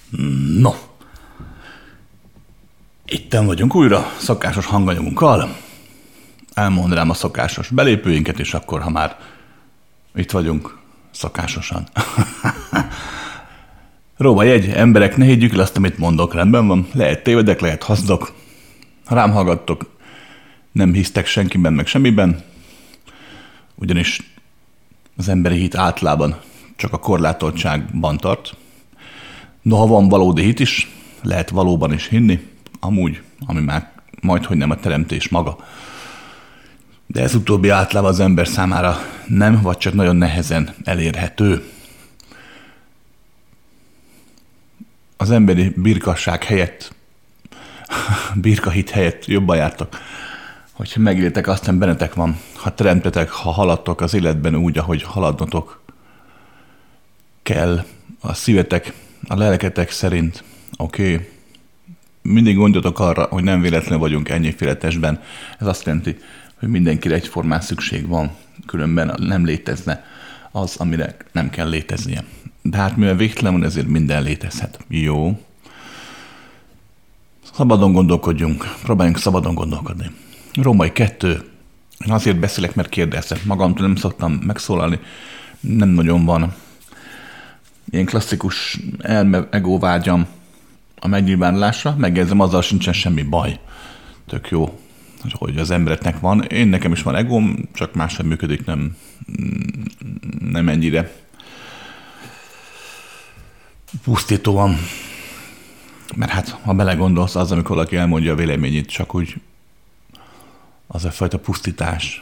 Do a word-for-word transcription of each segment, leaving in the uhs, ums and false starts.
No, itten vagyunk újra, szokásos hanganyagunkkal. Elmondanám a szokásos belépőinket, és akkor, ha már itt vagyunk, szokásosan. Róma jegy, emberek, ne higgyük el azt, amit mondok, rendben van. Lehet tévedek, lehet hazdok. Ha rám hallgattok, nem hisztek senkiben, meg semmiben, ugyanis az emberi hit általában csak a korlátoltságban tart. Noha van valódi hit is, lehet valóban is hinni, amúgy, ami már majdhogy nem a teremtés maga. De ez utóbbi általában az ember számára nem, vagy csak nagyon nehezen elérhető. Az emberi birkasság helyett, birkahit helyett jobban jártok, hogyha megéltek, aztán bennetek van. Ha teremtetek, ha haladtok az életben úgy, ahogy haladnotok kell, a szívetek, a lelketek szerint, oké. Okay. Mindig gondoltok arra, hogy nem véletlenül vagyunk ennyiféle testben. Ez azt jelenti, hogy mindenkire egyformán szükség van, különben nem létezne az, amire nem kell léteznie. De hát mivel végtelen van, ezért minden létezhet. Jó. Szabadon gondolkodjunk, próbáljunk szabadon gondolkodni. Római kettő. Én azért beszélek, mert kérdeztek. Magamtól nem szoktam megszólalni. Nem nagyon van ilyen klasszikus elme-egóvágyam a megnyilvánulásra. Megjegyzem, azzal sincsen semmi baj. Tök jó, hogy az embereknek van. Én nekem is van egóm, csak máshogy működik, nem, nem ennyire pusztítóan. Mert hát, ha belegondolsz, az, amikor valaki elmondja a véleményét, csak úgy az a fajta pusztítás.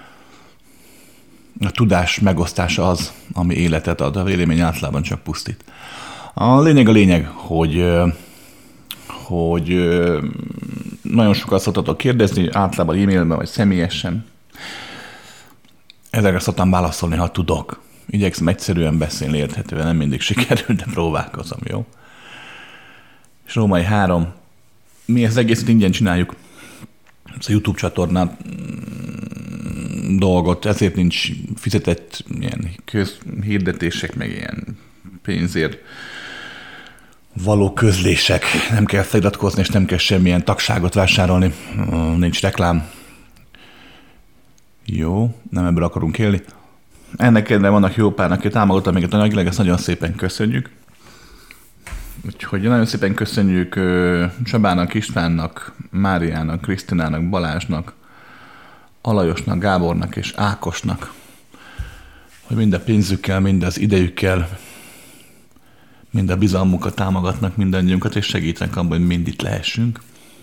A tudás megosztása az, ami életet ad, a vélemény általában csak pusztít. A lényeg a lényeg, hogy, hogy nagyon sokat szoktatok kérdezni, általában e-mailben vagy személyesen. Ezekre szoktam válaszolni, ha tudok. Igyekszem egyszerűen beszélni, érthetően, nem mindig sikerül, de próbálkozom, jó? És Római három. Mi ezt egészet ingyen csináljuk. Ez a YouTube csatornán dolgot, ezért nincs fizetett ilyen közhirdetések, meg ilyen pénzért való közlések. Nem kell feliratkozni, és nem kell semmilyen tagságot vásárolni. Nincs reklám. Jó, nem ebből akarunk élni. Ennek ellenére vannak jó pár, aki támogatta minket anyagilag, ezt nagyon szépen köszönjük. Úgyhogy nagyon szépen köszönjük Csabának, Istvánnak, Máriának, Krisztinának, Balázsnak, Alajosnak, Gábornak és Ákosnak, hogy mind a pénzükkel, mind az idejükkel, mind a bizalmukat támogatnak mindannyiunkat, és segítenek abban, hogy mind itt lehessünk.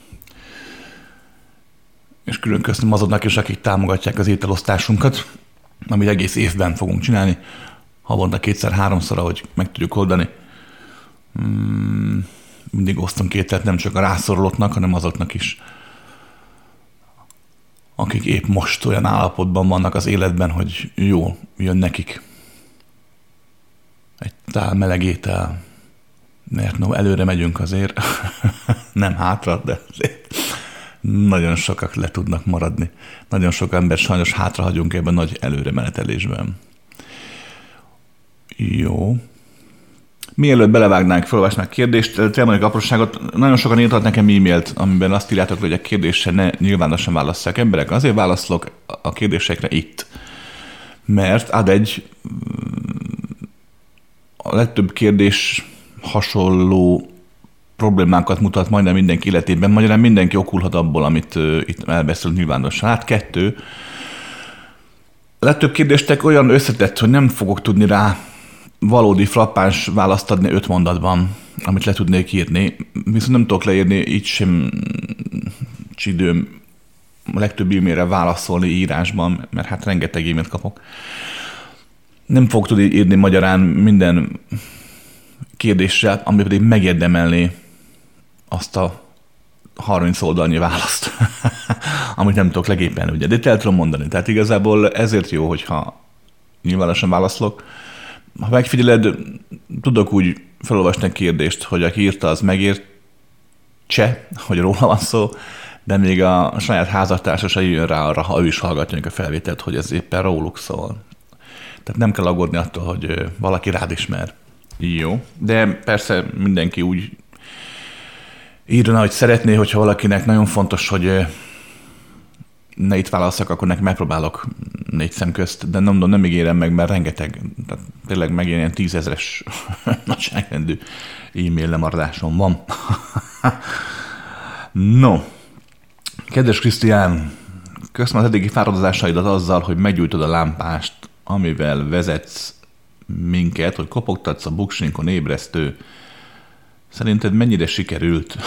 És külön köszönöm azoknak is, akik támogatják az ételosztásunkat, amit egész évben fogunk csinálni, havonta kétszer-háromszor, ahogy meg tudjuk oldani. Hmm, mindig osztunk ételt nem csak a rászorulóknak, hanem azoknak is, akik épp most olyan állapotban vannak az életben, hogy jó jön nekik egy tál meleg étel, mert no, előre megyünk azért, nem hátra, de azért nagyon sokak le tudnak maradni. Nagyon sok ember sajnos hátra hagyunk ebben a nagy előre menetelésben. Jó. Mielőtt belevágnánk, felolvasnák kérdést, elmondjuk apróságot. Nagyon sokan írtak nekem e-mailt, amiben azt írjátok, hogy a kérdésre ne nyilvánosan válasszák emberek. Azért válaszolok a kérdésekre itt, mert ad egy a legtöbb kérdés hasonló problémákat mutat majdnem mindenki életében. Magyarán mindenki okulhat abból, amit uh, itt elbeszélünk nyilvánosan. Hát kettő. A legtöbb kérdéstek olyan összetett, hogy nem fogok tudni rá valódi frappáns választ adni öt mondatban, amit le tudnék írni. Viszont nem tudok leírni, így sem csidőm a legtöbb e-mailre válaszolni írásban, mert hát rengeteg e-mailt kapok. Nem fogok tudni írni magyarán minden kérdésre, ami pedig megérdemelné azt a harminc oldalnyi választ, amit nem tudok legéppen, ugye. De itt el tudom mondani. Tehát igazából ezért jó, hogyha nyilvánosan válaszolok. Ha megfigyeled, tudok úgy felolvasni a kérdést, hogy aki írta, az megértse, hogy róla van szó, de még a saját házastársa se jön rá arra, ha ő is hallgatja a felvételt, hogy ez éppen róluk szól. Tehát nem kell aggódni attól, hogy valaki rád ismer. Jó, de persze mindenki úgy írna, hogy szeretné, hogyha valakinek nagyon fontos, hogy ne itt válasszak, akkor neki megpróbálok négy szem közt, de nem, nem ígérem meg, mert rengeteg, tehát tényleg meg ilyen tízezres nagyságrendű e-mail lemaradásom van. No, kedves Krisztián, köszönöm az eddigi fáradozásaidat azzal, hogy meggyújtod a lámpást, amivel vezetsz minket, hogy kopogtatsz a buksinkon ébresztő. Szerinted mennyire sikerült?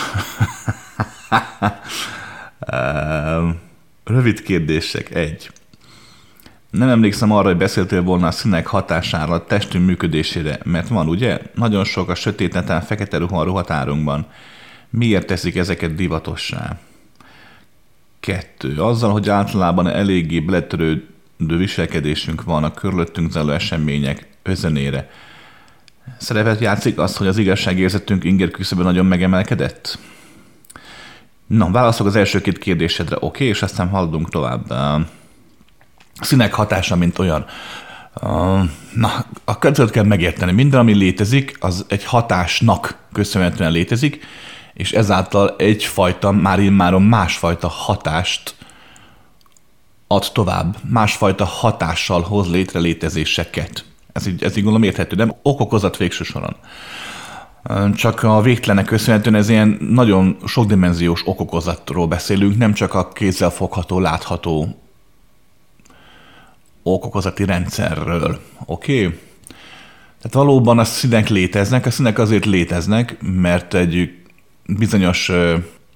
Rövid kérdések. Egy. Nem emlékszem arra, hogy beszéltél volna a színek hatására, a testünk működésére, mert van, ugye? Nagyon sok a sötét netán fekete ruha a ruhatárunkban. Miért teszik ezeket divatossá? Kettő. Azzal, hogy általában eléggé beletörődő viselkedésünk van a körülöttünk zajló események özenére. Szerepet játszik az, hogy az igazságérzetünk inger küszöbön nagyon megemelkedett? Na, válaszolok az első két kérdésedre, oké, okay, és aztán haladunk tovább. A színek hatása, mint olyan. Na, a következőt kell megérteni. Minden, ami létezik, az egy hatásnak köszönhetően létezik, és ezáltal egyfajta, már immáron másfajta hatást ad tovább, másfajta hatással hoz létre létezéseket. Ez így, ez így gondolom érthető, nem ok-okozat végső soron. Csak a végtelenek köszönhetően ez ilyen nagyon sokdimenziós ok-okozatról beszélünk, nem csak a kézzel fogható, látható ok-okozati rendszerről. Oké? Okay? Tehát valóban a színek léteznek, a színek azért léteznek, mert egy bizonyos ö,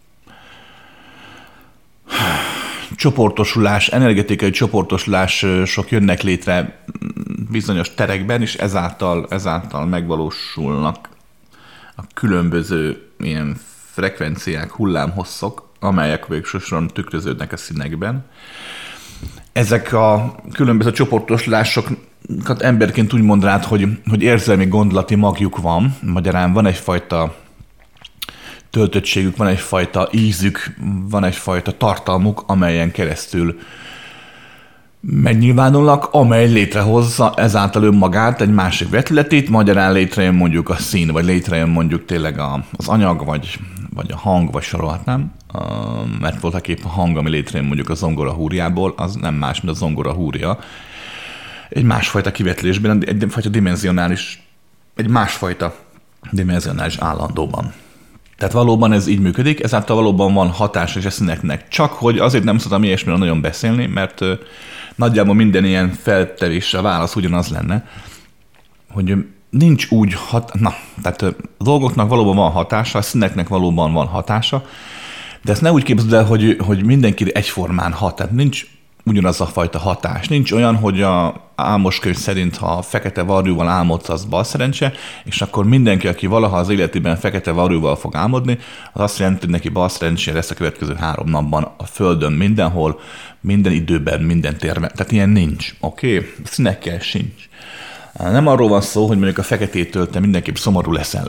csoportosulás, energetikai csoportosulások jönnek létre bizonyos terekben, és ezáltal, ezáltal megvalósulnak a különböző ilyen frekvenciák, hullámhosszok, amelyek végsősorban tükröződnek a színekben. Ezek a különböző csoportosulásokat emberként úgy mond rád, hogy, hogy érzelmi gondolati magjuk van, magyarán van egyfajta töltöttségük, van egyfajta ízük, van egyfajta tartalmuk, amelyen keresztül megnyilvánulnak, amely létrehozza ezáltal önmagát egy másik vetületét, magyarán létrejön mondjuk a szín, vagy létrejön mondjuk tényleg a, az anyag, vagy, vagy a hang, vagy sorolhatnám, uh, mert voltak épp a hang, ami létrejön mondjuk a zongora húrjából, az nem más, mint a zongora húrja. Egy másfajta kivetülésben, egyfajta dimenzionális, egy másfajta dimenzionális állandóban. Tehát valóban ez így működik, ezáltal valóban van hatás és a színeknek. Csak hogy azért nem szoktam ilyesmiről nagyon beszélni, mert uh, nagyjából minden ilyen feltevésre a válasz ugyanaz lenne, hogy nincs úgy hat... Na, tehát a dolgoknak valóban van hatása, a színeknek valóban van hatása, de ezt ne úgy képzeld el, hogy, hogy mindenki egyformán hat, tehát nincs ugyanaz a fajta hatás. Nincs olyan, hogy a álmoskönyv szerint, ha fekete varjúval álmodsz, az balszerencse, és akkor mindenki, aki valaha az életében fekete varjúval fog álmodni, az azt jelenti, hogy neki balszerencse lesz a következő három napban a Földön mindenhol, minden időben, minden térben. Tehát ilyen nincs, oké? Okay? Színekkel sincs. Nem arról van szó, hogy mondjuk a feketétől te mindenképp szomorú leszel.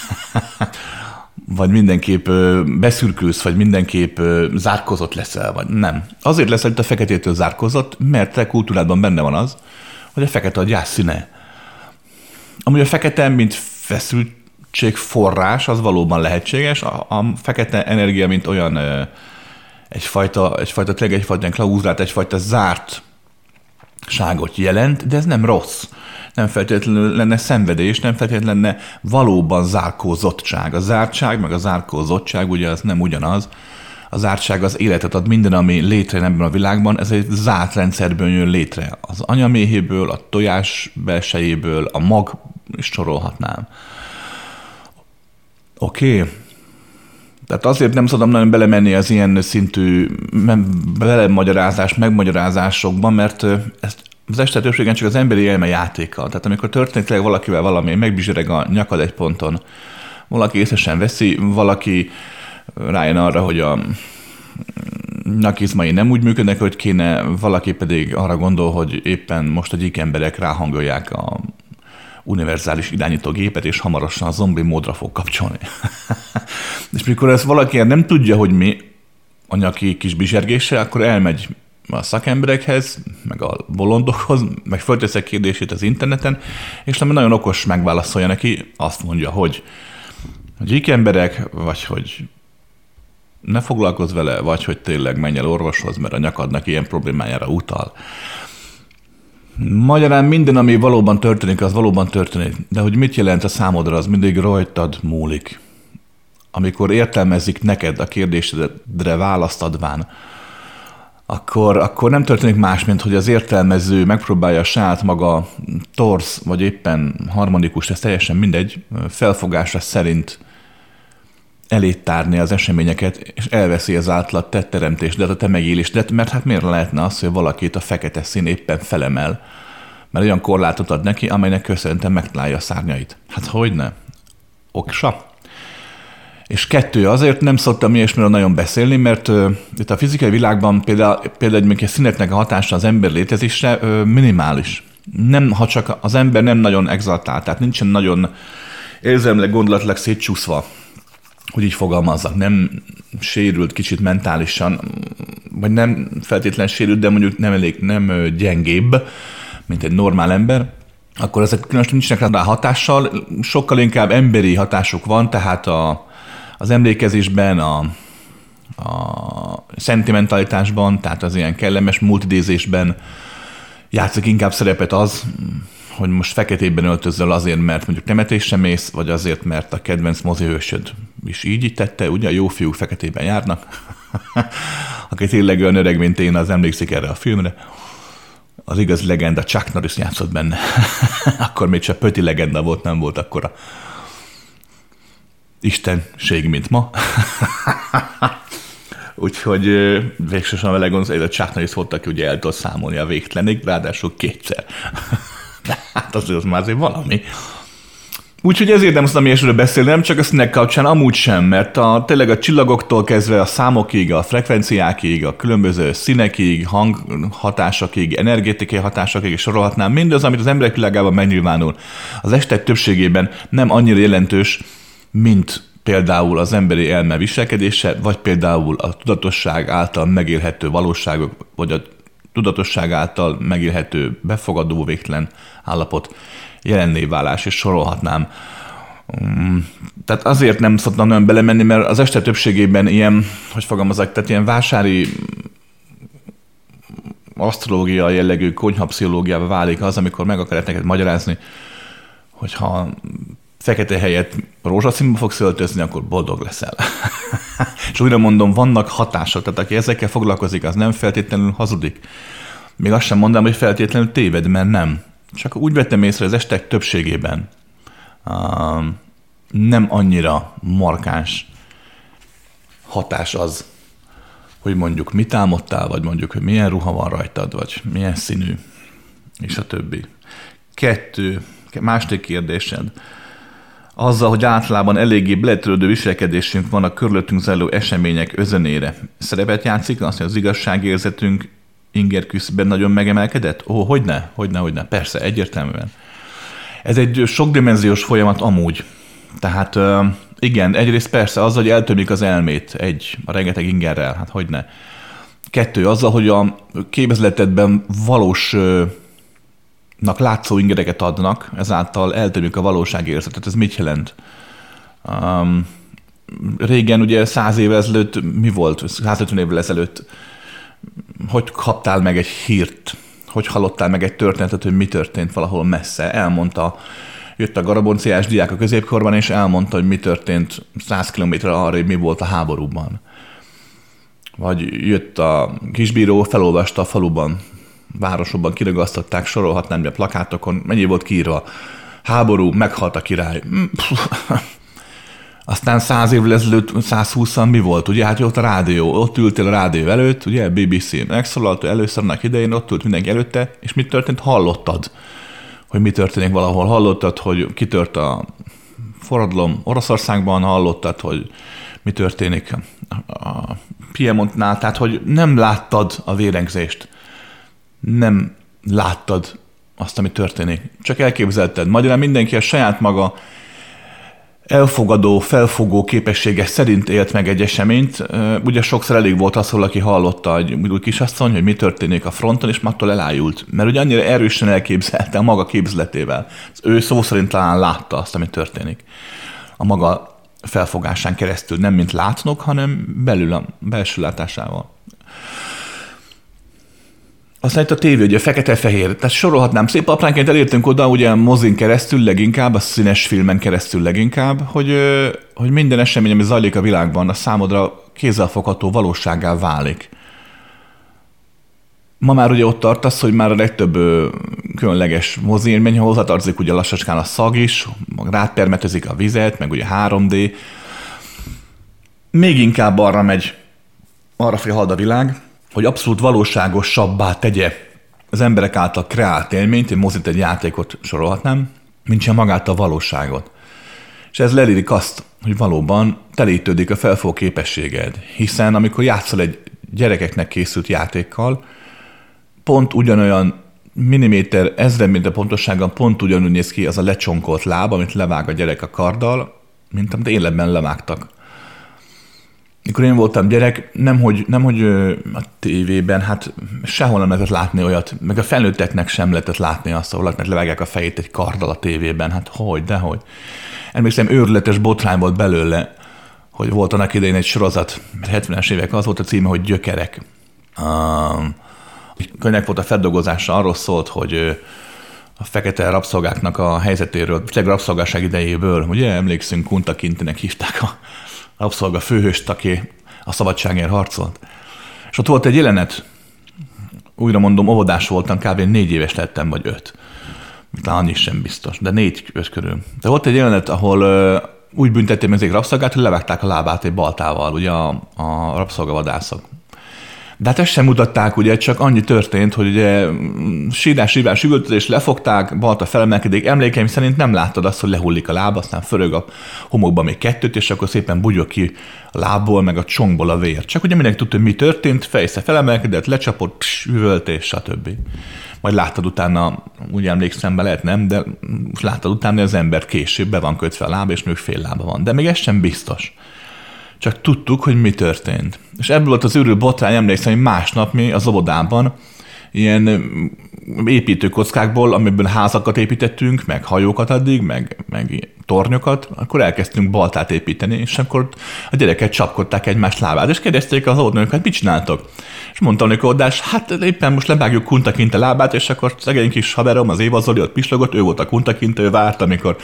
Vagy mindenképp beszürkülsz, vagy mindenképp zárkozott leszel, vagy nem. Azért leszel itt a feketétől zárkozott, mert te kultúrádban benne van az, hogy a fekete a gyász színe. Amúgy a fekete, mint feszültség forrás, az valóban lehetséges. A, a fekete energia, mint olyan egyfajta, egyfajta, tényleg egyfajta klauzulát, egyfajta zártságot jelent, de ez nem rossz. Nem feltétlenül lenne szenvedés, nem feltétlenül lenne valóban zárkózottság. A zártság, meg a zárkózottság, ugye az nem ugyanaz. A zártság az életet ad, minden, ami létrejön ebben a világban, ez egy zárt rendszerből jön létre. Az anyaméhéből, a tojás belsejéből, a mag, is sorolhatnám. Oké. Okay. Tehát azért nem szoktam nagyon belemenni az ilyen szintű belemagyarázás, megmagyarázásokban, mert ezt az estetőségen csak az emberi élme játéka. Tehát amikor történik valakivel valami, megbizsereg a nyakad egy ponton, valaki észesen veszi, valaki rájön arra, hogy a nyakizmai nem úgy működnek, hogy kéne, valaki pedig arra gondol, hogy éppen most a gyík emberek ráhangolják a univerzális irányítógépet, és hamarosan a zombi módra fog kapcsolni. És mikor ezt valaki nem tudja, hogy mi a nyaki kis bizsergése, akkor elmegy a szakemberekhez, meg a bolondokhoz, meg fölteszek kérdését az interneten, és nem nagyon okos megválaszolja neki, azt mondja, hogy gyík emberek, vagy hogy ne foglalkozz vele, vagy hogy tényleg menj el orvoshoz, mert a nyakadnak ilyen problémájára utal. Magyarán minden, ami valóban történik, az valóban történik. De hogy mit jelent a számodra, az mindig rajtad múlik. Amikor értelmezik neked a kérdésedre választ adván, akkor, akkor nem történik más, mint hogy az értelmező megpróbálja saját maga torz, vagy éppen harmonikus, ez teljesen mindegy, felfogása szerint elét tárni az eseményeket, és elveszi ezáltal a te teremtésdet, a te megélésdet, mert hát miért lehetne az, hogy valakit a fekete szín éppen felemel, mert olyan korlátot ad neki, amelynek köszönhetően megtalálja a szárnyait. Hát hogyne? Oksa? És kettő, azért nem szoktam ilyesmiről nagyon beszélni, mert uh, itt a fizikai világban például, például egy színeknek a hatása az ember létezésre uh, minimális. Nem, ha csak az ember nem nagyon exaltált, tehát nincsen nagyon érzelmileg, gondolatilag szétcsúszva, hogy így fogalmazzak, nem sérült kicsit mentálisan, vagy nem feltétlen sérült, de mondjuk nem elég, nem gyengébb, mint egy normál ember, akkor ezek különösen nincsenek rá hatással, sokkal inkább emberi hatásuk van, tehát a, az emlékezésben, a, a szentimentalitásban, tehát az ilyen kellemes multidézésben játszik inkább szerepet az, hogy most feketében öltözöl azért, mert mondjuk temetésre mész, vagy azért, mert a kedvenc mozihősöd is így tette, ugye a jó fiúk feketében járnak, aki tényleg olyan öreg, mint én, az emlékszik erre a filmre. Az igazi legenda, Chuck Norris játszott benne. Akkor még csak pöti legenda volt, nem volt akkora istenség, mint ma. Úgyhogy végsősorban vele gondolsz, hogy a Chuck Norris volt, aki ugye el tudott számolni a végtelenig, ráadásul kétszer. Hát azért az már azért valami. Úgyhogy ezért nem szoktam ilyesről beszélni, nem csak a színek kapcsán, amúgy sem, mert a, tényleg a csillagoktól kezdve a számokig, a frekvenciákig, a különböző színekig, hanghatásokig, energetikai hatásokig, és sorolhatnám, mindaz, amit az emberek világában megnyilvánul, az estek többségében nem annyira jelentős, mint például az emberi elme viselkedése, vagy például a tudatosság által megélhető valóságok, vagy a tudatosság által megélhető befogadó végtelen állapot, jelenné válás, és sorolhatnám. Tehát azért nem szoktam nagyon belemenni, mert az este többségében ilyen, hogy fogalmazok, tehát ilyen vásári asztrológia jellegű konyhapszichológiába válik az, amikor meg akarják neked magyarázni, hogyha fekete helyett rózsaszínbe fogsz öltözni, akkor boldog leszel. És újra mondom, vannak hatások, tehát aki ezekkel foglalkozik, az nem feltétlenül hazudik. Még azt sem mondom, hogy feltétlenül téved, mert nem. Csak úgy vettem észre, az estek többségében uh, nem annyira markáns hatás az, hogy mondjuk mit álmodtál, vagy mondjuk, hogy milyen ruha van rajtad, vagy milyen színű, és a többi. Kettő, második kérdésed. Azzal, hogy általában eléggé beletörődő viselkedésünk van a körülöttünk zajló események özönére. Szerepet játszik azt, hogy az igazságérzetünk inger küszöbben nagyon megemelkedett? Ó, hogyne, hogyne, hogyne. Persze, egyértelműen. Ez egy sokdimenziós folyamat amúgy. Tehát igen, egyrészt persze azzal, hogy eltömik az elmét egy, a rengeteg ingerrel, hát hogyne. Kettő, azzal, hogy a képzletedben valósnak látszó ingereket adnak, ezáltal eltömik a valóságérzetet. Ez mit jelent? Um, régen ugye száz évvel ezelőtt mi volt? százötven évvel ezelőtt hogy kaptál meg egy hírt, hogy hallottál meg egy történetet, hogy mi történt valahol messze. Elmondta, jött a garabonciás diák a középkorban, és elmondta, hogy mi történt száz kilométerre arra, hogy mi volt a háborúban. Vagy jött a kisbíró, felolvasta a faluban, városokban kiragasztották, sorolhatnám a plakátokon, mennyi volt kiírva, háború, meghalt a király. Aztán száz évvel ezelőtt, százhúszan mi volt? Ugye, hát ott a rádió, ott ültél a rádió előtt, ugye, bé bé cé megszólalt először annak idején, ott ült mindenki előtte, és mit történt? Hallottad, hogy mi történik valahol. Hallottad, hogy kitört a forradalom Oroszországban, hallottad, hogy mi történik a Piemontnál, tehát, hogy nem láttad a vérengzést, nem láttad azt, ami történik. Csak elképzelted. Magyarán mindenki a saját maga elfogadó, felfogó képessége szerint élt meg egy eseményt. Ugye sokszor elég volt az, aki hallotta egy új kisasszony, hogy mi történik a fronton, és attól elájult. Mert ugye annyira erősen elképzelte a maga képzeletével. Ő szó szerint talán látta azt, ami történik. A maga felfogásán keresztül, nem mint látnok, hanem belül a belső látásával. Aztán itt a tévé, ugye fekete-fehér, tehát sorolhatnám, szép apránként elértünk oda, ugye a mozin keresztül leginkább, a színes filmen keresztül leginkább, hogy, hogy minden esemény, ami zajlik a világban, a számodra kézzelfogható valósággá válik. Ma már ugye ott tartasz, hogy már a legtöbb különleges mozi élmény, ha hozzátartozik ugye lassacskán a szag is, rátermetezik a vizet, meg ugye három dé. Még inkább arra megy, arra felé halad a világ, hogy abszolút valóságosabbá tegye az emberek által kreált élményt, egy mozit, egy játékot sorolhatnám, mint sem magát a valóságot. És ez leírik azt, hogy valóban telítődik a felfogó képességed, hiszen amikor játszol egy gyerekeknek készült játékkal, pont ugyanolyan milliméter, ezreméter pontossággal pont ugyanúgy néz ki az a lecsonkolt láb, amit levág a gyerek a karddal, mint amit életben levágtak. Mikor én voltam gyerek, nemhogy, nemhogy a tévében, hát sehol nem lehetett látni olyat, meg a felnőtteknek sem lehetett látni azt, ahol valakinek levágják a fejét egy karddal a tévében, hát hogy, dehogy. Emlékszem, őrületes botrány volt belőle, hogy volt annak idején egy sorozat, hetvenes évek az volt a címe, hogy Gyökerek. Um, Könyvnek volt a feldolgozása, arról szólt, hogy a fekete rabszolgáknak a helyzetéről, tényleg rabszolgaság idejéből, ugye emlékszünk, Kunta Kintinek hívták a rabszolga főhőst, aki a szabadságért harcolt. És ott volt egy jelenet, újra mondom, óvodás voltam, kb. négy éves lettem, vagy öt. Talán annyi sem biztos, de négy öt körül. De volt egy jelenet, ahol uh, úgy büntették meg ezek rabszolgát, hogy levágták a lábát egy baltával, ugye a, a rabszolgavadászok. De hát ezt sem mutatták, ugye, csak annyi történt, hogy ugye sírás, sírás, üvöltözés, lefogták, balta felemelkedik. Emlékeim szerint nem láttad azt, hogy lehullik a láb, aztán fölög a homokba még kettőt, és akkor szépen bugyog ki a lábból, meg a csonkból a vér. Csak ugye mindenki tudta, hogy mi történt, fejsze felemelkedett, lecsapott, pss, üvöltés, stb. Majd láttad utána, úgy emlékszem be, lehet nem, de láttad utána, hogy az ember később be van kötve a lába, és még fél lába van. De még ez sem biztos. Csak tudtuk, hogy mi történt. És ebből volt az őrült botrány, emlékszem, hogy másnap mi az óvodában ilyen építőkockákból, amiből házakat építettünk, meg hajókat addig, meg, meg tornyokat, akkor elkezdtünk baltát építeni, és akkor a gyerekek csapkodták egymás lábát, és kérdezték az óvodnők, hogy mit csináltok? És mondtam neki oldás, hát éppen most levágjuk Kunta Kinte lábát, és akkor szegény kis haverom, az Éva Zoli ott pislogott, ő volt a Kunta Kinte, ő várt, amikor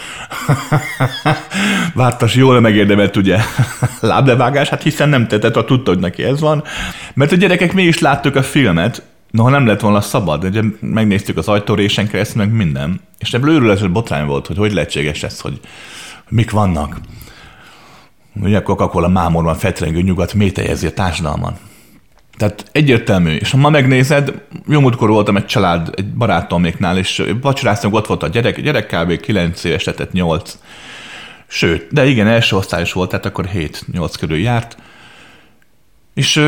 vártas, jól megérdemelt ugye láblevágás, hát hiszen nem tetett, ha tudta, hogy neki ez van, mert a gyerekek mi is láttuk a filmet, noha nem lett volna szabad, ugye megnéztük az ajtórésen keresztül, meg minden. És ebből őrületes botrány volt, hogy hogy lehetséges ez, hogy mik vannak. Ugye a Coca-Cola mámorban fetrengő nyugat métejezi a társadalman. Tehát egyértelmű. És ha ma megnézed, jó múltkor voltam egy család, egy barátomnéknál, és vacsoráztunk, ott volt a gyerek, a gyerek kb. kilenc éves, tehát nyolc. Sőt, de igen, első osztályos volt, tehát akkor hét-nyolc körül járt. És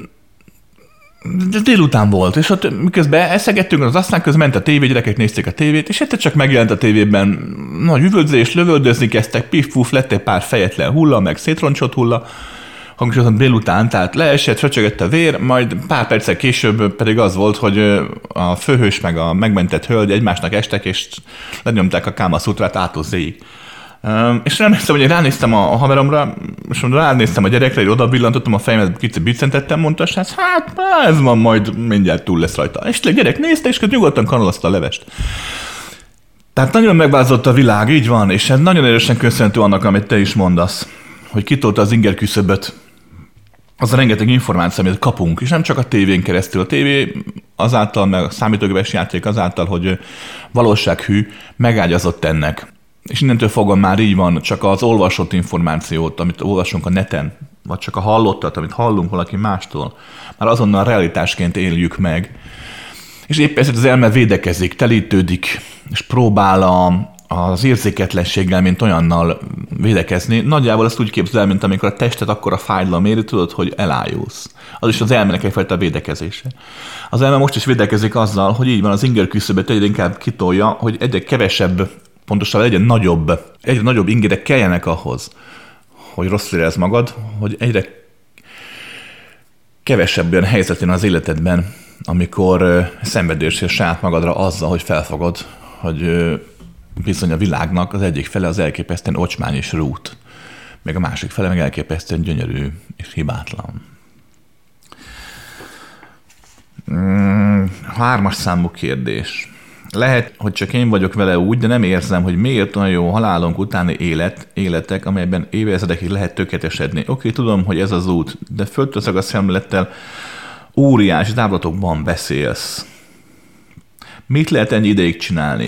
de délután volt, és ott miközben eszegettünk az asztalán, közben ment a tévé, gyerekek nézték a tévét, és egyszer csak megjelent a tévében nagy üvöltözés, lövöldözni kezdtek, pif-puf, lett egy pár fejetlen hulla, meg szétroncsott hulla, hangsúlyozom délután, tehát leesett, fröcsögött a vér, majd pár perccel később pedig az volt, hogy a főhős meg a megmentett hölgy egymásnak estek, és lenyomták a Káma Szutrát átozéig. Um, és emlékszem, hogy én ránéztem a, a haveromra, és ránéztem a gyerekre, hogy oda billantottam a fejemet, kicsit biccentettem, mondta, és hát, hát ez van, majd mindjárt túl lesz rajta. És a gyerek nézte, és nyugodtan kanalazta a levest. Tehát nagyon megváltozott a világ, így van, és ez nagyon erősen köszönhető annak, amit te is mondasz, hogy kitolta az inger küszöböt, az a rengeteg információ, amit kapunk, és nem csak a tévén keresztül. A tévé azáltal, meg a számítógépes játék azáltal, hogy valósághű, megágyazott ennek. És innentől fogva már így van, csak az olvasott információt, amit olvasunk a neten, vagy csak a hallottat, amit hallunk valaki mástól, már azonnal realitásként éljük meg. És épp ezért az elme védekezik, telítődik, és próbál a, az érzéketlenséggel, mint olyannal védekezni. Nagyjából ezt úgy képzel el, mint amikor a testet akkora fájdalom éri, tudod, hogy elájulsz. Az is az elmének egyfajta védekezése. Az elme most is védekezik azzal, hogy így van, az inger küszöböt egyre inkább kitolja, hogy egyre kevesebb pontosabban egyre nagyobb, egyre nagyobb ingérek kelljenek ahhoz, hogy rosszul érezd magad, hogy egyre kevesebb olyan helyzet jön az életedben, amikor szenvedésél saját magadra azzal, hogy felfogod, hogy bizony a világnak az egyik fele az elképesztően ocsmány és rút, még a másik fele meg elképesztően gyönyörű és hibátlan. Hmm, hármas számú kérdés. Lehet, hogy csak én vagyok vele úgy, de nem érzem, hogy miért olyan jó halálunk utáni élet, életek, amelyben évezredekig lehet tökéletesedni. Oké, tudom, hogy ez az út, de föltözög a szemlettel, óriási távlatokban beszélsz. Mit lehet ennyi ideig csinálni?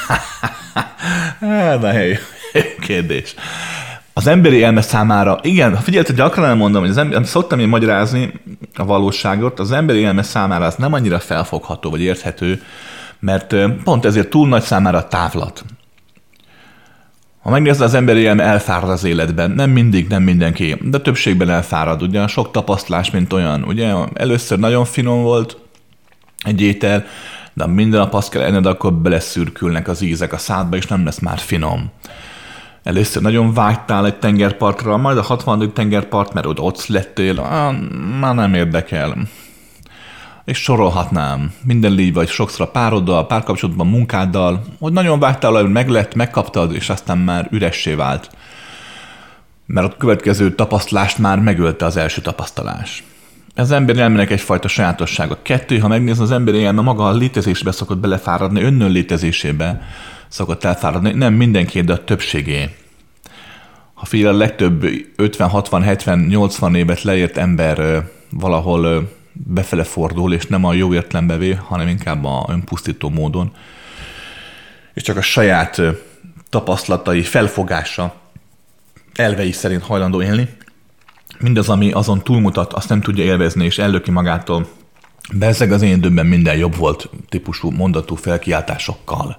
Na, jó kérdés. Az emberi elme számára, igen, figyelj, gyakran elmondom, hogy az ember, szoktam én magyarázni a valóságot, az emberi elme számára az nem annyira felfogható vagy érthető, mert pont ezért túl nagy számára a távlat. Ha megnézed, az emberi elme elfárad az életben, nem mindig, nem mindenki, de többségben elfárad, ugye sok tapasztalás, mint olyan, ugye először nagyon finom volt egy étel, de minden nap azt kell enned, akkor beleszürkülnek az ízek a szádba, és nem lesz már finom. Először nagyon vágytál egy tengerpartra, majd a hatvanadik tengerpart, mert oda ott lettél, ah, már nem érdekel. És sorolhatnám. Minden így vagy sokszor a pároddal, párkapcsolatban, munkáddal, hogy nagyon vágytál, hogy meg lett, megkaptad, és aztán már üressé vált. Mert a következő tapasztalást már megölte az első tapasztalás. Az emberi elmének egyfajta sajátossága. Kettő, ha megnézed, az emberi elme maga a létezésbe szokott belefáradni, önnön létezésébe szokott elfáradni, nem mindenki, de a többségé. Ha figyel, a legtöbb ötven, hatvan, hetven, nyolcvan évet leért ember valahol befele fordul, és nem a jó értelembe vé, hanem inkább a önpusztító módon. És csak a saját tapasztalatai, felfogása, elvei szerint hajlandó élni. Mindaz, ami azon túlmutat, azt nem tudja élvezni, és ellöki magától. Bezzeg az én időmben minden jobb volt típusú mondatú felkiáltásokkal.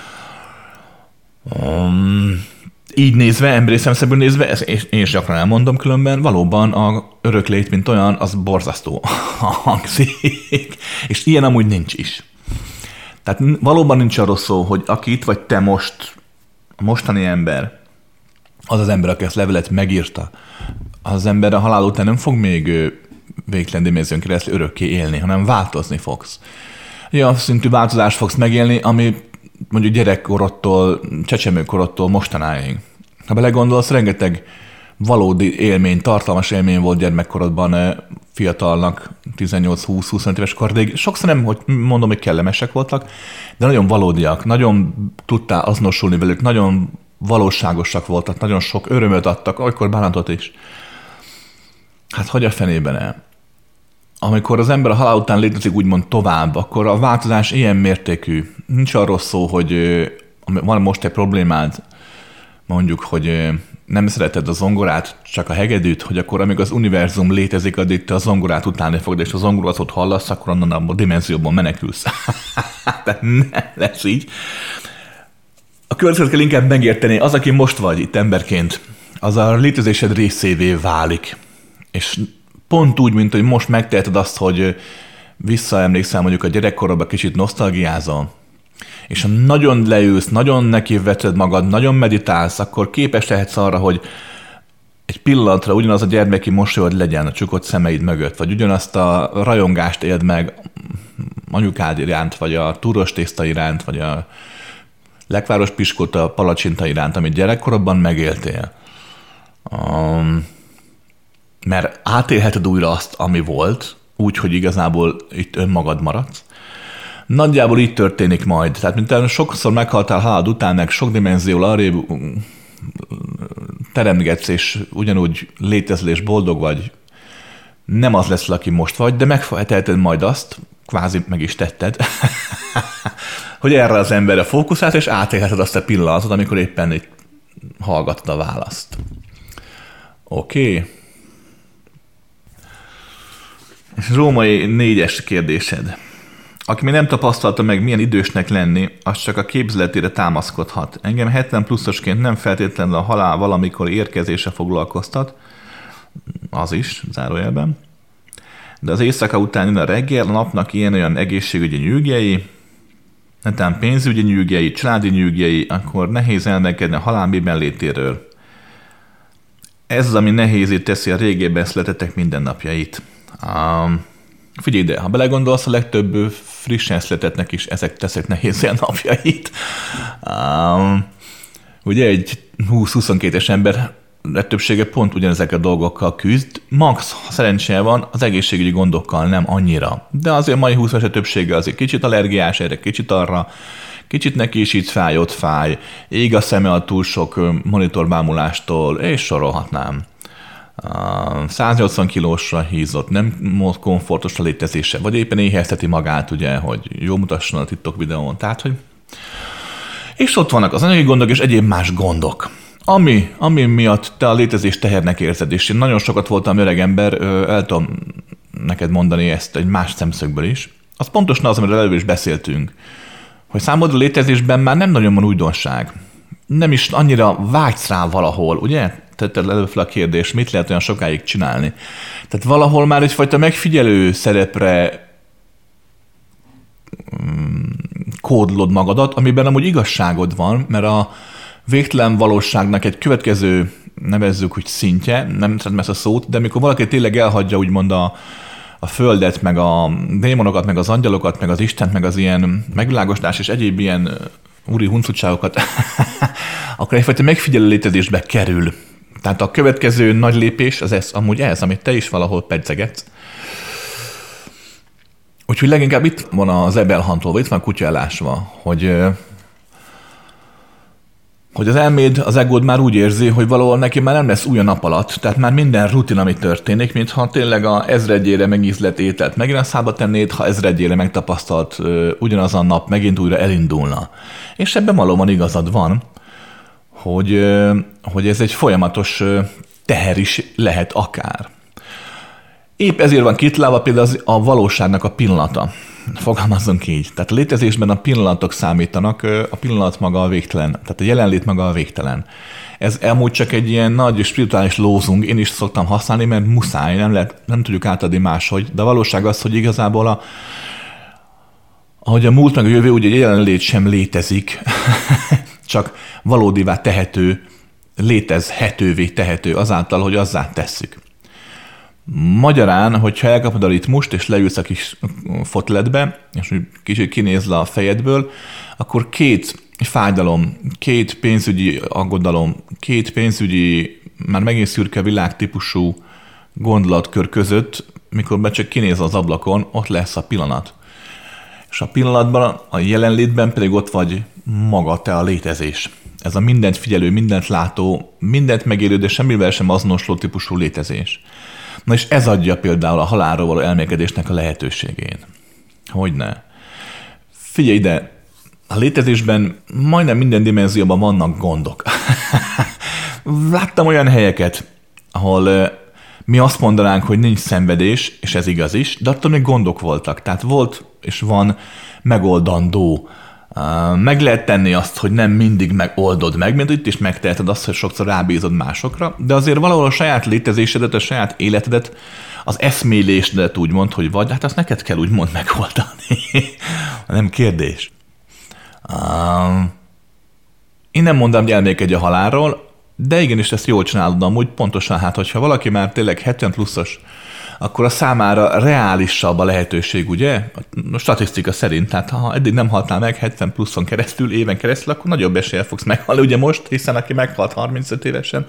Um, így nézve, emberi szemszögből nézve, ezt én is gyakran elmondom különben, valóban a öröklét, mint olyan, az borzasztó hangzik, és ilyen amúgy nincs is. Tehát valóban nincs arról szó, hogy aki itt vagy te most, a mostani ember, az az ember, aki ezt levelet megírta, az, az ember a halál után nem fog még végtelen dimenzión keresztül örökké élni, hanem változni fogsz. Olyan szintű változást fogsz megélni, ami mondjuk gyerekkorodtól, csecsemőkorodtól mostanáig. Ha belegondolsz, rengeteg valódi élmény, tartalmas élmény volt gyermekkorodban fiatalnak, tizennyolc-húsz-huszonöt éves korig. Sokszor nem, hogy mondom, hogy kellemesek voltak, de nagyon valódiak, nagyon tudtál azonosulni velük, nagyon valóságosak voltak, nagyon sok örömöt adtak, olykor bánatot is. Hát hogy a fenében el? Amikor az ember a halál után létezik úgymond tovább, akkor a változás ilyen mértékű. Nincs arról szó, hogy van most egy problémád, mondjuk, hogy nem szereted a zongorát, csak a hegedűt, hogy akkor amíg az univerzum létezik, addig te a zongorát utálni fogod, és a zongoratot hallasz, akkor onnan a dimenzióban menekülsz. Tehát nem lesz így. A következőt kell inkább megérteni, az, aki most vagy itt emberként, az a létezésed részévé válik. És pont úgy, mint hogy most megteheted azt, hogy visszaemlékszel mondjuk a gyerekkorodba, kicsit nosztalgiázol, és ha nagyon leülsz, nagyon nekiveted magad, nagyon meditálsz, akkor képes lehetsz arra, hogy egy pillanatra ugyanaz a gyermeki mosolyod legyen a csukott szemeid mögött, vagy ugyanazt a rajongást éld meg anyukád iránt, vagy a túros tészta iránt, vagy a lekváros piskóta palacsinta iránt, amit gyerekkorodban megéltél. Um, mert átélheted újra azt, ami volt, úgy, hogy igazából itt önmagad maradsz. Nagyjából így történik majd. Tehát, mint sokszor meghaltál halálod után, meg sok dimenzió arrébb teremgetsz, és ugyanúgy létezel, és boldog vagy. Nem az lesz, aki most vagy, de megteheted majd azt, kvázi meg is tetted, hogy erre az emberre fókuszálsz, és átélheted azt a pillanatot, amikor éppen itt hallgatod a választ. Oké. Okay. Római négyes kérdésed. Aki még nem tapasztalta meg, milyen idősnek lenni, az csak a képzeletére támaszkodhat. Engem hetven pluszosként nem feltétlenül a halál valamikor érkezése foglalkoztat, az is, zárójelben. De az éjszaka után jön a reggel, a napnak ilyen-olyan egészségügyi nyűgjei, netán pénzügyi nyűgjei, családi nyűgjei, akkor nehéz elmekedni a halál miben létéről. Ez az, ami nehézé teszi a régében születettek mindennapjait. Um, figyelj ide, ha belegondolsz, a legtöbb frissen születettnek is ezek teszek nehézé a napjait. Um, ugye egy húsz-huszonkettes ember legtöbbsége pont ugyanezek a dolgokkal küzd. Max, ha szerencséje van, az egészségügyi gondokkal nem annyira. De azért a mai húsz éves többsége azért kicsit allergiás erre, kicsit arra, kicsit neki is itt fáj, ott fáj, ég a szeme a túl sok monitorbámulástól, és sorolhatnám. száznyolcvan kilósra hízott, nem komfortos a létezése, vagy éppen éhezteti magát, ugye, hogy jól mutasson a TikTok videón. Tehát, hogy... És ott vannak az anyagi gondok és egyéb más gondok. Ami, ami miatt te a létezés tehernek érzed, és én nagyon sokat voltam öreg ember, el tudom neked mondani ezt egy más szemszögből is, az pontosan az, amiről előbb is beszéltünk, hogy számodra a létezésben már nem nagyon van újdonság. Nem is annyira vágysz rá valahol, ugye? Tetted előbb fel a kérdés, mit lehet olyan sokáig csinálni. Tehát valahol már egyfajta megfigyelő szerepre kódlod magadat, amiben amúgy igazságod van, mert a végtelen valóságnak egy következő, nevezzük úgy szintje, nem szeretem ezt a szót, de amikor valaki tényleg elhagyja úgymond a, a földet, meg a démonokat, meg az angyalokat, meg az Istent, meg az ilyen megvilágosodás és egyéb ilyen úri huncutságokat, akkor egyfajta megfigyelő létezésbe kerül. Tehát a következő nagy lépés az ez, amúgy ez, amit te is valahol pedzegetsz. Úgyhogy leginkább itt van az ebelhantolva, itt van a kutya elásva, hogy, hogy az elméd, az egód már úgy érzi, hogy valahol neki már nem lesz új a nap alatt, tehát már minden rutin, ami történik, mintha tényleg a ezredjére megízlett ételt megint a szába tennéd, ha ezredjére megtapasztalt ugyanaz a nap megint újra elindulna. És ebben valóban igazad van, hogy, hogy ez egy folyamatos teher is lehet akár. Épp ezért van kitalálva például az, a valóságnak a pillanata. Fogalmazzunk így. Tehát a létezésben a pillanatok számítanak, a pillanat maga a végtelen, tehát a jelenlét maga a végtelen. Ez amúgy csak egy ilyen nagy spirituális lózung, én is szoktam használni, mert muszáj, nem, lehet, nem tudjuk átadni máshogy, de a valóság az, hogy igazából a, ahogy a múlt meg a jövő, ugye egy jelenlét sem létezik, csak valódivá tehető, létezhetővé tehető azáltal, hogy azzá tesszük. Magyarán, hogyha elkapod a ritmust, és leülsz a kis foteledbe, és kicsit kinéz le a fejedből, akkor két fájdalom, két pénzügyi aggodalom, két pénzügyi, már megint szürke világtípusú gondolatkör között, mikor be csak kinéz az ablakon, ott lesz a pillanat. És a pillanatban, a jelenlétben pedig ott vagy maga, te a létezés. Ez a mindent figyelő, mindent látó, mindent megélő, de semmivel sem azonosuló típusú létezés. Na és ez adja például a halálról való elmélkedésnek a lehetőségét. Hogyne. Figyelj ide, a létezésben majdnem minden dimenzióban vannak gondok. Láttam olyan helyeket, ahol mi azt mondanánk, hogy nincs szenvedés, és ez igaz is, de attól még gondok voltak. Tehát volt és van megoldandó. Meg lehet tenni azt, hogy nem mindig megoldod meg, mint itt is megteheted azt, hogy sokszor rábízod másokra, de azért valahol a saját létezésedet, a saját életedet, az eszmélésedet úgymond, hogy vagy, hát azt neked kell úgymond megoldani. Nem kérdés. Én nem mondom, hogy elmélkedj a halálról, de igenis ezt jól csinálod amúgy, pontosan hát, hogyha valaki már tényleg hetven pluszos, akkor a számára reálisabb a lehetőség, ugye? A statisztika szerint, tehát ha eddig nem haltál meg hetven pluszon keresztül, éven keresztül, akkor nagyobb eséllyel fogsz meghalni, ugye most, hiszen aki meghalt harmincöt évesen,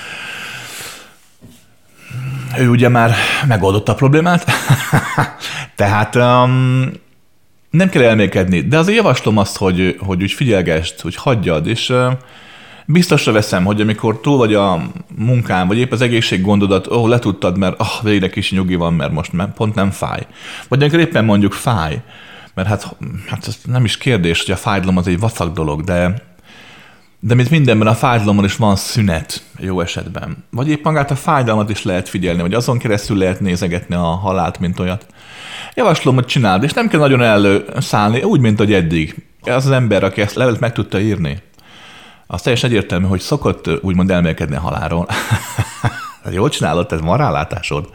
ő ugye már megoldotta a problémát, tehát um, nem kell elmélkedni, de azért javaslom azt, hogy, hogy úgy figyelgesd, hogy hagyjad, és uh, biztosra veszem, hogy amikor túl vagy a munkán, vagy épp az egészséggondodat, ó, letudtad, mert ah, végre kis nyugi van, mert most pont nem fáj. Vagy amikor éppen mondjuk fáj, mert hát, hát ez nem is kérdés, hogy a fájdalom az egy vacak dolog, de, de mint mindenben a fájdalomon is van szünet jó esetben. Vagy épp magát a fájdalmat is lehet figyelni, vagy azon keresztül lehet nézegetni a halált, mint olyat. Javaslom, hogy csináld, és nem kell nagyon előszállni, úgy, mint hogy eddig. Az az ember, aki ezt levelet meg tudta írni, az teljesen egyértelmű, hogy szokott úgymond elmélkedni a halálról. Jól csinálod, ez van rálátásod?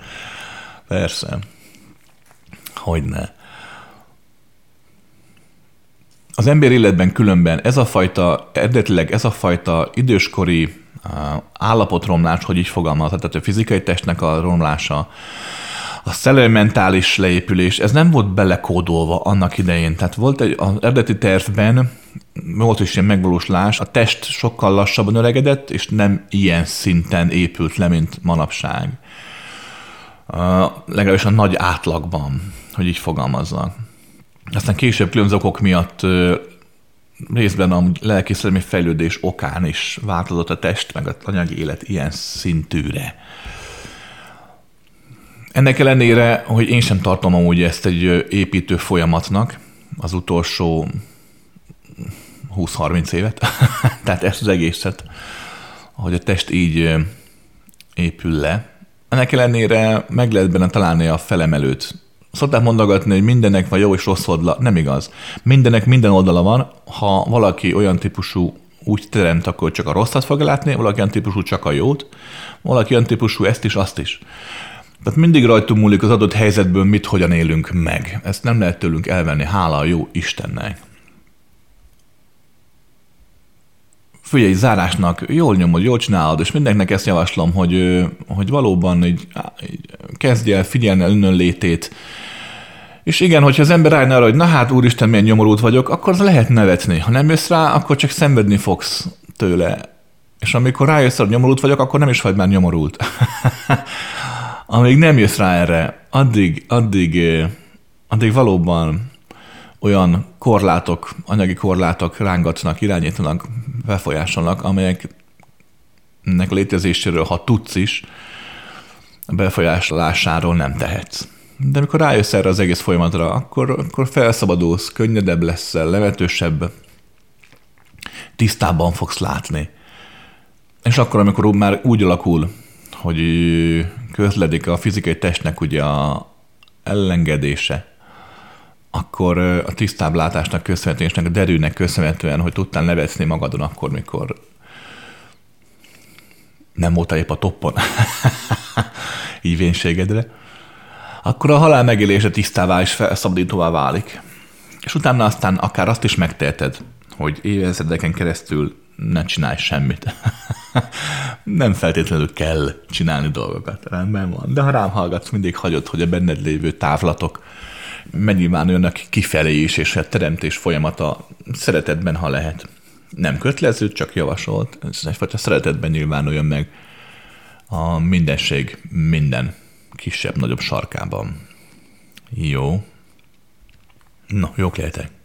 Persze. Hogyne. Az ember életben különben ez a fajta, eredetileg ez a fajta időskori állapotromlás, hogy így fogalmazhat, tehát a fizikai testnek a romlása, a szellemi mentális leépülés, ez nem volt belekódolva annak idején. Tehát volt egy, az eredeti tervben, volt is ilyen megvalósulás, a test sokkal lassabban öregedett, és nem ilyen szinten épült le, mint manapság. Uh, legalábbis a nagy átlagban, hogy így fogalmazzak. Aztán később különböző okok miatt uh, részben a lelki-szellemi fejlődés okán is változott a test, meg az anyagi élet ilyen szintűre. Ennek ellenére, hogy én sem tartom amúgy ezt egy építő folyamatnak, az utolsó húsz-harminc évet, tehát ezt az egészet, hogy a test így épül le. Ennek ellenére meg lehet benne találni a felemelőt. Szokták mondogatni, hogy mindennek van jó és rossz oldala. Nem igaz. Mindennek minden oldala van. Ha valaki olyan típusú úgy teremt, akkor csak a rosszat fog látni, valaki olyan típusú csak a jót, valaki olyan típusú ezt is, azt is. Tehát mindig rajtunk múlik az adott helyzetből, mit, hogyan élünk meg. Ezt nem lehet tőlünk elvenni, hála a jó Istennek. Figyelj, zárásnak jól nyomod, jól csinálod, és mindenkinek ezt javaslom, hogy, hogy valóban így, így kezdj el figyelni az önlétét. És igen, hogyha az ember rájön arra, hogy na hát úristen, milyen nyomorult vagyok, akkor lehet nevetni. Ha nem jössz rá, akkor csak szenvedni fogsz tőle. És amikor rájössz, hogy nyomorult vagyok, akkor nem is vagy már nyomorult. Amíg nem jössz rá erre, addig, addig, addig valóban olyan korlátok, anyagi korlátok rángatnak, irányítanak, befolyásolnak, amelyeknek a létezéséről, ha tudsz is, a befolyásolásáról nem tehetsz. De amikor rájössz erre az egész folyamatra, akkor, akkor felszabadulsz, könnyedebb leszel, levetősebb, tisztábban fogsz látni. És akkor, amikor már úgy alakul, hogy közledik a fizikai testnek ugye a elengedése, akkor a tisztább látásnak köszönhetően, a derűnek köszönhetően, hogy tudtál nevetni magadon akkor, mikor nem voltál épp a toppon így vénségedre, akkor a halál megélése tisztává és felszabadítóvá válik. És utána aztán akár azt is megteheted, hogy évezredeken keresztül ne csinálj semmit. Nem feltétlenül kell csinálni dolgokat, rendben van. De ha rám hallgatsz, mindig hagyod, hogy a benned lévő távlatok megnyilvánuljanak kifelé is, és a teremtés folyamata szeretetben, ha lehet. Nem kötelező, csak javasolt. Ez egyfajta szeretetben nyilvánuljon meg a mindenség minden kisebb-nagyobb sarkában. Jó. No, jók lehetek.